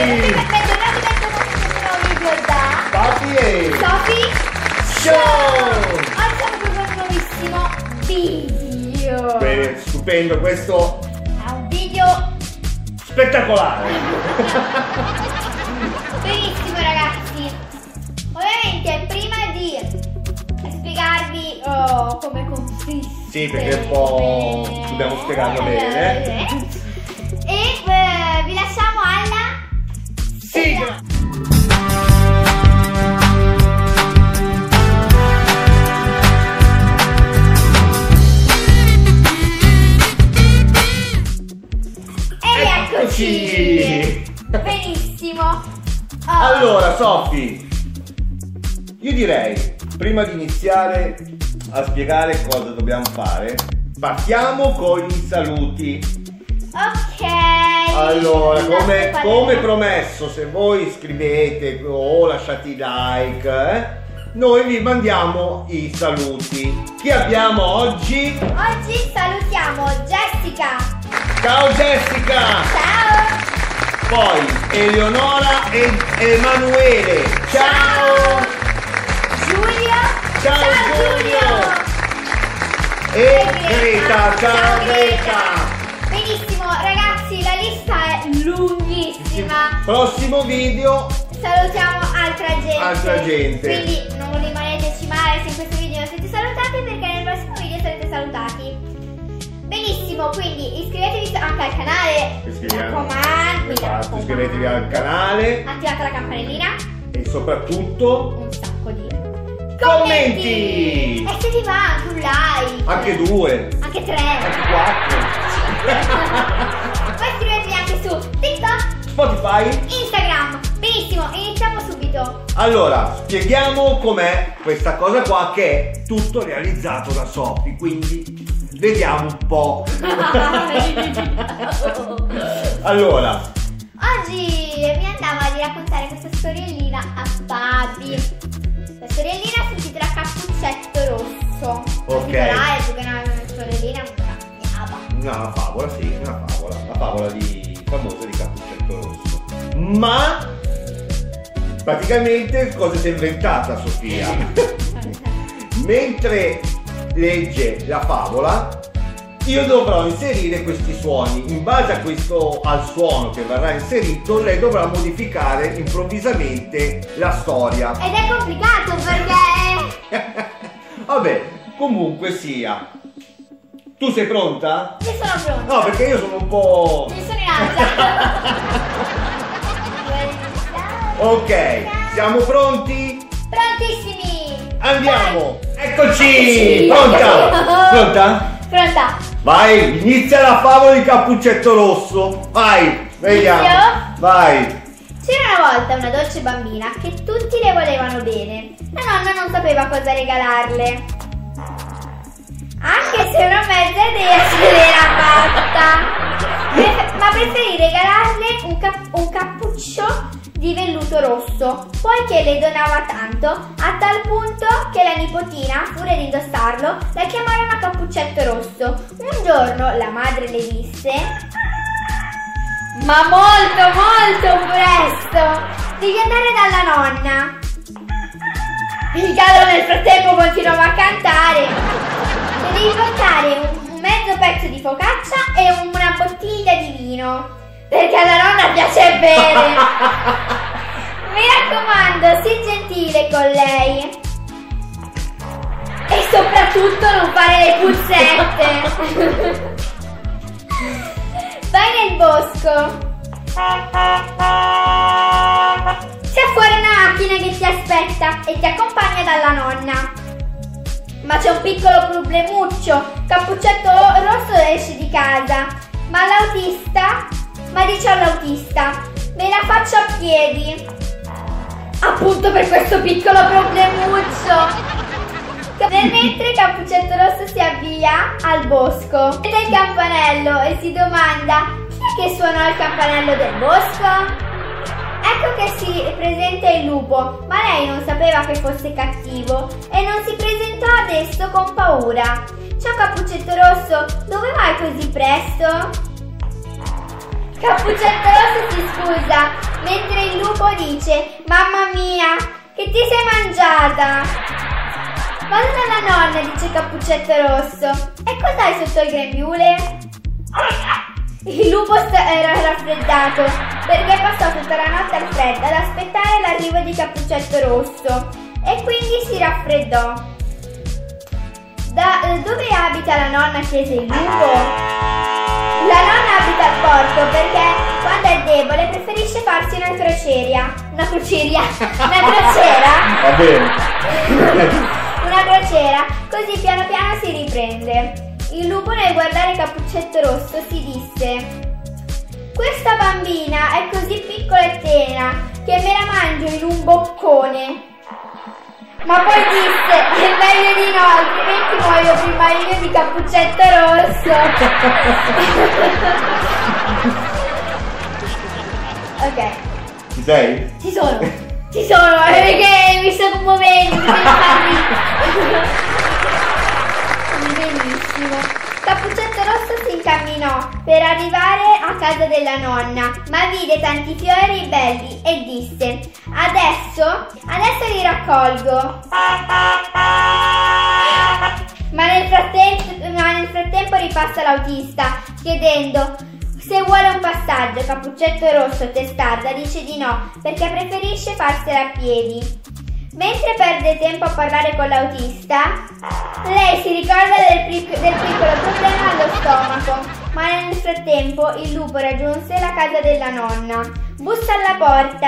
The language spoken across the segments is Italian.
Bentornati nel nuovo video da Papi e Sophie Show! Oggi siamo con un nuovissimo video. Bene, stupendo, questo È un video spettacolare. benissimo ragazzi. Ovviamente prima di spiegarvi come consiste, Sì, perché un po' dobbiamo spiegarlo bene. E vi lasciamo alla Sigla! E rieccoci! Benissimo. Allora, Sophie, io direi, prima di iniziare a spiegare cosa dobbiamo fare, partiamo con i saluti. Ok. Allora, Il nostro come padrone. promesso, se voi scrivete o lasciate i like, noi vi mandiamo i saluti. Chi abbiamo oggi? Oggi salutiamo Jessica. Ciao Jessica! Ciao. Poi Eleonora e Emanuele. Ciao! Giulio. Ciao, Giulio. E Greta. Ciao Greta! Benissimo ragazzi, la lista è lunghissima. Prossimo video. Salutiamo altra gente. Quindi non rimaneteci male se in questo video non siete salutati, perché nel prossimo video sarete salutati. Benissimo, quindi iscrivetevi anche al canale. Mi raccomando. Esatto, iscrivetevi al canale Attivate la campanellina. e soprattutto Un sacco di commenti. E se vi va anche un like. Anche 2, Anche 3. anche 4. Poi iscrivetevi anche su TikTok, Spotify. Instagram. Benissimo, iniziamo subito. Allora, spieghiamo com'è questa cosa qua, che è tutto realizzato da Sophie, quindi vediamo un po'. Allora, Oggi mi andava di raccontare questa storiellina a Fabi. La storiellina si intitola Cappuccetto Rosso. Ok. È più che una storiellina, una favola, sì, una favola. La favola famosa di Cappuccetto Rosso. Ma praticamente cosa si è inventata Sofia? Mentre legge la favola, io dovrò inserire questi suoni. In base al suono che verrà inserito, lei dovrà modificare improvvisamente la storia. Ed è complicato perché Vabbè, comunque sia. Tu sei pronta? io sono pronta. No, perché io sono un po'... Mi sono in ansia. Ok, siamo pronti? Prontissimi. Andiamo! Eccoci! Pronta? Pronta? Pronta. Vai, inizia la favola di Cappuccetto Rosso. Vai, vediamo. Inizio? Vai. C'era una volta una dolce bambina che tutti le volevano bene. La nonna non sapeva cosa regalarle, anche se una mezza idea se l'era fatta. Ma preferì regalarle un cappuccio di velluto rosso, poiché le donava tanto, a tal punto che la nipotina, furia di indossarlo, la chiamarono a Cappuccetto Rosso. Un giorno la madre le disse, ma molto presto, devi andare dalla nonna. Il gallo nel frattempo continuava a cantare. Le devi portare un mezzo pezzo di focaccia e una bottiglia di vino, perché alla nonna piace bere. Mi raccomando, sii gentile con lei. E soprattutto non fare le puzzette. Vai nel bosco. C'è fuori una macchina che ti aspetta e ti accompagna dalla nonna. Ma c'è un piccolo problemuccio. Cappuccetto Rosso esce di casa, ma dice all'autista, me la faccio a piedi. Appunto per questo piccolo problemuccio. Mentre Cappuccetto Rosso si avvia al bosco, vede il campanello e si domanda, chi è che suona il campanello del bosco? Ecco che si presenta il lupo, ma lei non sapeva che fosse cattivo e non si presentò adesso con paura. Ciao Cappuccetto Rosso, dove vai così presto? Cappuccetto Rosso si scusa, mentre il lupo dice: mamma mia, che ti sei mangiata? Vado dalla nonna, dice Cappuccetto Rosso. E cos'hai sotto il grembiule? Il lupo era raffreddato perché passò tutta la notte al freddo ad aspettare l'arrivo di Cappuccetto Rosso e quindi si raffreddò. Dove abita la nonna? chiese il lupo. La nonna abita al porto perché quando è debole preferisce farsi una crociera. Una crociera? Va bene. Una crociera, così piano piano si riprende. Il lupo nel guardare Cappuccetto Rosso si disse: questa bambina è così piccola e tenera che me la mangio in un boccone. Ma poi disse: è meglio di no, altrimenti muoio prima io di Cappuccetto Rosso. Ok. Ci sei? Ci sono, perché mi sto commuovendo. Benissimo. Cappuccetto Rosso si incamminò per arrivare a casa della nonna, ma vide tanti fiori belli e disse: adesso li raccolgo. Ma nel frattempo ripassa l'autista chiedendo se vuole un passaggio. Cappuccetto Rosso, testarda, dice di no perché preferisce farsela a piedi. Mentre perde tempo a parlare con l'autista, lei si ricorda del piccolo problema allo stomaco, ma nel frattempo il lupo raggiunse la casa della nonna. Bussa alla porta.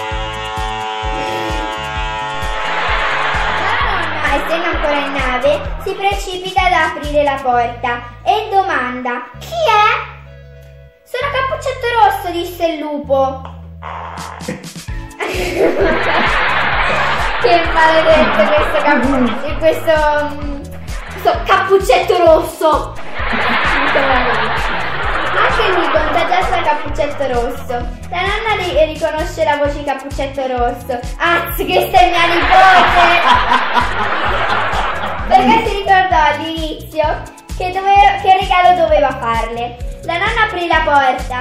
La nonna, essendo ancora in nave, si precipita ad aprire la porta e domanda: chi è? Sono Cappuccetto Rosso, disse il lupo. Che maledetto questo Cappuccetto Rosso. Anche lui contagiato da Cappuccetto Rosso. La nonna riconosce la voce di Cappuccetto Rosso. Azz, che stai mia nipote! Perché si ricordò all'inizio che regalo doveva farle. La nonna aprì la porta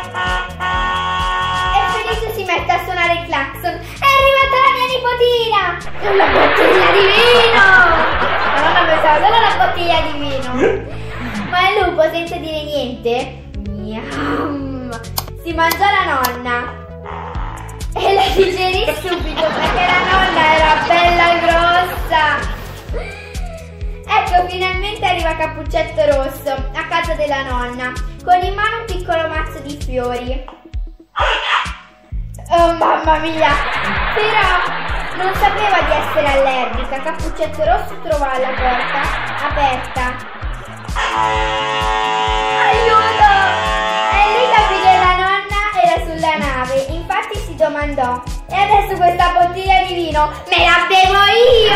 e felice si mette a suonare il clacson. È arrivata la mia nipotina! Una bottiglia di vino! La nonna pensava solo alla bottiglia di vino. Ma il lupo, senza dire niente, si mangiò la nonna e la digerì subito perché la nonna era bella grossa. Ecco, finalmente arriva Cappuccetto Rosso a casa della nonna con in mano un piccolo mazzo di fiori. Oh mamma mia! Però non sapeva di essere allergica. Cappuccetto Rosso trovò la porta aperta. Aiuto! E lui capì che la nonna era sulla nave. Infatti si domandò: e adesso questa bottiglia di vino me la bevo io?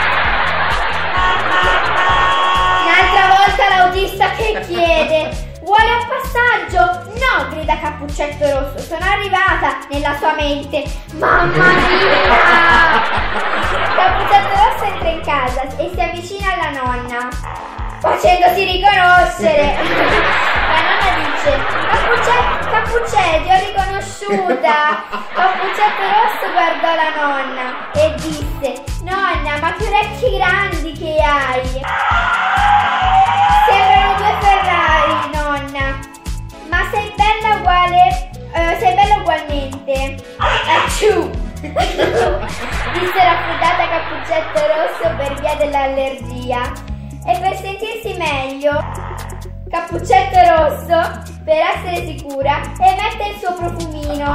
Un'altra volta l'autista che chiede: vuole un passaggio? No, grida Cappuccetto Rosso, sono arrivata nella sua mente. Mamma mia! Cappuccetto Rosso entra in casa e si avvicina alla nonna, facendosi riconoscere. La nonna dice: Cappuccetto, ho riconosciuta. Cappuccetto Rosso guardò la nonna e disse: nonna, ma che orecchi grandi che hai! Sembrano due Ferrari, nonna. Ma sei bella ugualmente. Acciù! Disse raffreddata Cappuccetto Rosso per via dell'allergia. E per sentirsi meglio, Cappuccetto Rosso, per essere sicura, emette il suo profumino.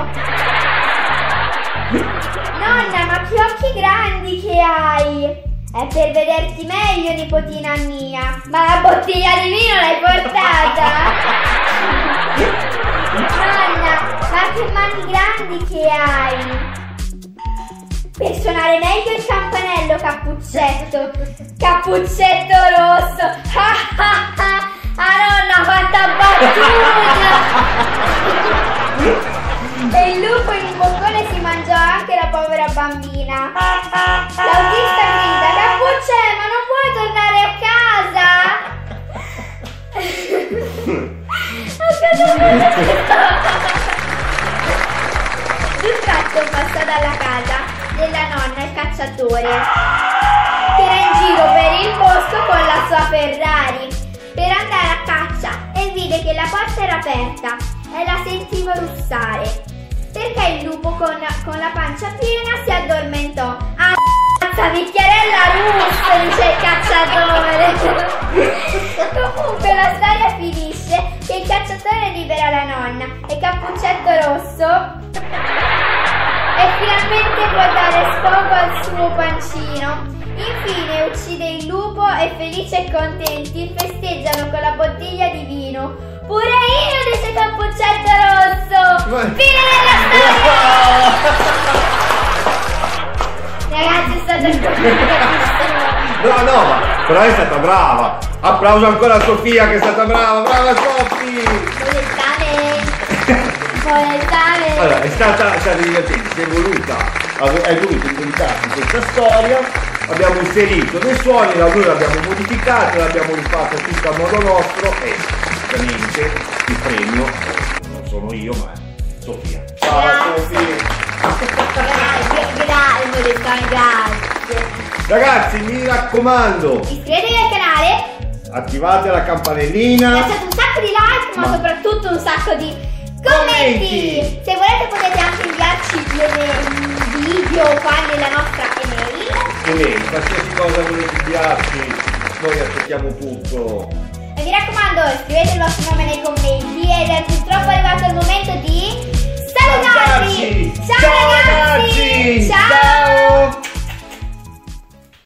Nonna, ma che occhi grandi che hai! È per vederti meglio, nipotina mia. Ma la bottiglia di vino l'hai portata? Nonna, ma che mani grandi che hai! Per suonare meglio il campanello, Cappuccetto. Cappuccetto Rosso. Ah, nonna, fatta battuta! E il lupo in un boccone si mangiò anche la povera bambina. L'autista grida: Cappuccetto, ma non puoi tornare a casa? dalla casa della nonna il cacciatore, che era in giro per il bosco con la sua Ferrari per andare a caccia, e vide che la porta era aperta e la sentiva russare, perché il lupo con la pancia piena si addormentò. Ammazza, vecchiarella russa, dice il cacciatore. Comunque la storia finisce che il cacciatore libera la nonna e Cappuccetto Rosso e finalmente può dare sfogo al suo pancino. Infine uccide il lupo e felici e contenti festeggiano con la bottiglia di vino. Pure io, dice Cappuccetto Rosso. Fine della storia. Ragazzi, è stata No, però è stata brava. Applauso ancora a Sofia che è stata brava. Brava Sofia. Onestamente. Allora, è stata divertente, hai voluto inventarti questa storia, abbiamo inserito dei suoni, noi l'abbiamo modificato, l'abbiamo rifatto tutto a modo nostro e ovviamente il premio non sono io ma è Sofia. Ciao Sofia. Grazie. Ragazzi, mi raccomando, iscrivetevi al canale, attivate la campanellina, lasciate un sacco di like, ma soprattutto un sacco di commenti. Se volete potete anche inviarci video qua nella nostra email. Qualsiasi cosa volete inviarci, noi aspettiamo tutto. E mi raccomando, scrivete il vostro nome nei commenti ed è purtroppo arrivato il momento di salutarvi. Ciao ragazzi! Ciao!